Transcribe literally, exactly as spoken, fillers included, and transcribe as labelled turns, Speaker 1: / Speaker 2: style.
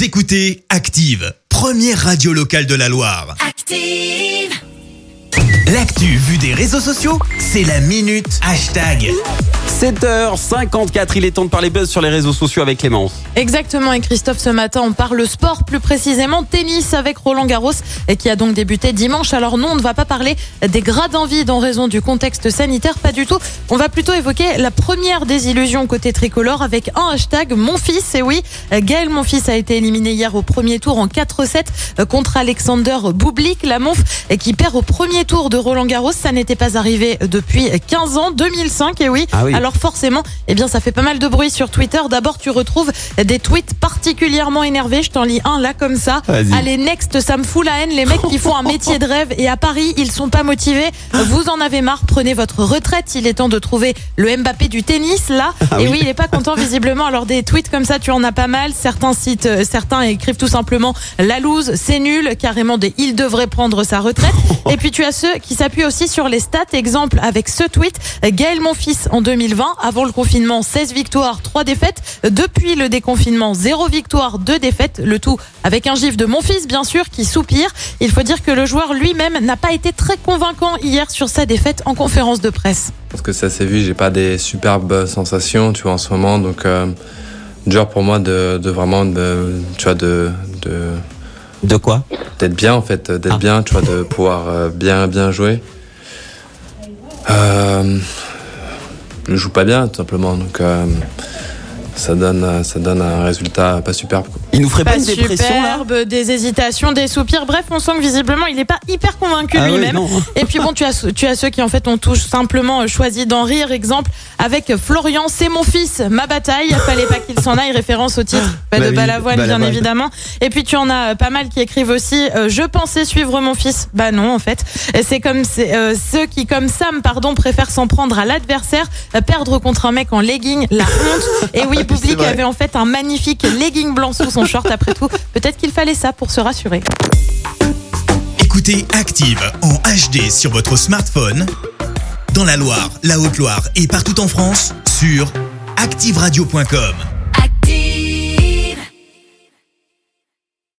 Speaker 1: Vous écoutez Active, première radio locale de la Loire.
Speaker 2: Active.
Speaker 1: L'actu vue des réseaux sociaux, c'est la minute hashtag.
Speaker 3: sept heures cinquante-quatre, il est temps de parler buzz sur les réseaux sociaux avec Clémence.
Speaker 4: Exactement, et Christophe, ce matin, on parle sport, plus précisément tennis avec Roland Garros, qui a donc débuté dimanche. Alors non, on ne va pas parler des gradins vides en raison du contexte sanitaire, pas du tout. On va plutôt évoquer la première désillusion côté tricolore avec un hashtag mon fils. Et oui, Gaël Monfils a été éliminé hier au premier tour en quatre sept contre Alexander Bublik, la Monf, qui perd au premier tour de Roland Garros. Ça n'était pas arrivé depuis quinze ans, deux mille cinq, et oui.
Speaker 3: Ah oui.
Speaker 4: Alors forcément, eh bien, ça fait pas mal de bruit sur Twitter. D'abord, tu retrouves des tweets particulièrement énervés. Je t'en lis un là comme ça.
Speaker 3: Vas-y.
Speaker 4: Allez, next, ça me fout la haine. Les mecs qui font un métier de rêve et à Paris, ils sont pas motivés. Vous en avez marre, prenez votre retraite. Il est temps de trouver le Mbappé du tennis là.
Speaker 3: Ah
Speaker 4: et
Speaker 3: oui.
Speaker 4: oui, il est pas content visiblement. Alors des tweets comme ça, tu en as pas mal. Certains sites, euh, certains écrivent tout simplement la loose, c'est nul, carrément des il devrait prendre sa retraite. Et puis tu as ceux qui s'appuient aussi sur les stats. Exemple avec ce tweet, Gaël Monfils en deux mille vingt, avant le confinement, seize victoires, trois défaites. Depuis le déconfinement, zéro victoire, deux défaites. Le tout avec un gif de Monfils, bien sûr, qui soupire. Il faut dire que le joueur lui-même n'a pas été très convaincant hier sur sa défaite en conférence de presse.
Speaker 5: Parce que ça s'est vu, j'ai pas des superbes sensations, tu vois, en ce moment. Donc, euh, dur pour moi de, de vraiment, de, tu vois, de, de,
Speaker 3: De quoi?
Speaker 5: d'être bien, en fait, d'être
Speaker 3: Ah.
Speaker 5: bien, tu vois, de pouvoir euh, bien, bien jouer. Euh, je joue pas bien, tout simplement. Donc, euh, ça donne, ça donne un résultat pas superbe, quoi.
Speaker 3: Il nous ferait pas,
Speaker 4: Pas
Speaker 3: une dépression là?
Speaker 4: superbe, des hésitations, des soupirs. Bref, on sent que visiblement, il n'est pas hyper convaincu
Speaker 3: Ah ouais,
Speaker 4: lui-même.
Speaker 3: non.
Speaker 4: Et puis bon, tu as, tu as ceux qui en fait ont tout simplement choisi d'en rire. Exemple avec Florian, c'est mon fils, ma bataille. Fallait pas qu'il s'en aille, référence au titre bah,
Speaker 3: Bah
Speaker 4: de
Speaker 3: oui,
Speaker 4: Balavoine, bien
Speaker 3: Balavoine.
Speaker 4: évidemment. Et puis tu en as pas mal qui écrivent aussi euh, je pensais suivre mon fils. Bah non, en fait. Et c'est comme c'est, euh, ceux qui, comme Sam, pardon, préfèrent s'en prendre à l'adversaire, euh, perdre contre un mec en legging, la honte. Et oui, Bublik
Speaker 3: vrai.
Speaker 4: avait en fait un magnifique legging blanc sous son short. Après tout, peut-être qu'il fallait ça pour se rassurer.
Speaker 1: Écoutez Active en H D sur votre smartphone, dans la Loire, la Haute-Loire et partout en France, sur active radio point com.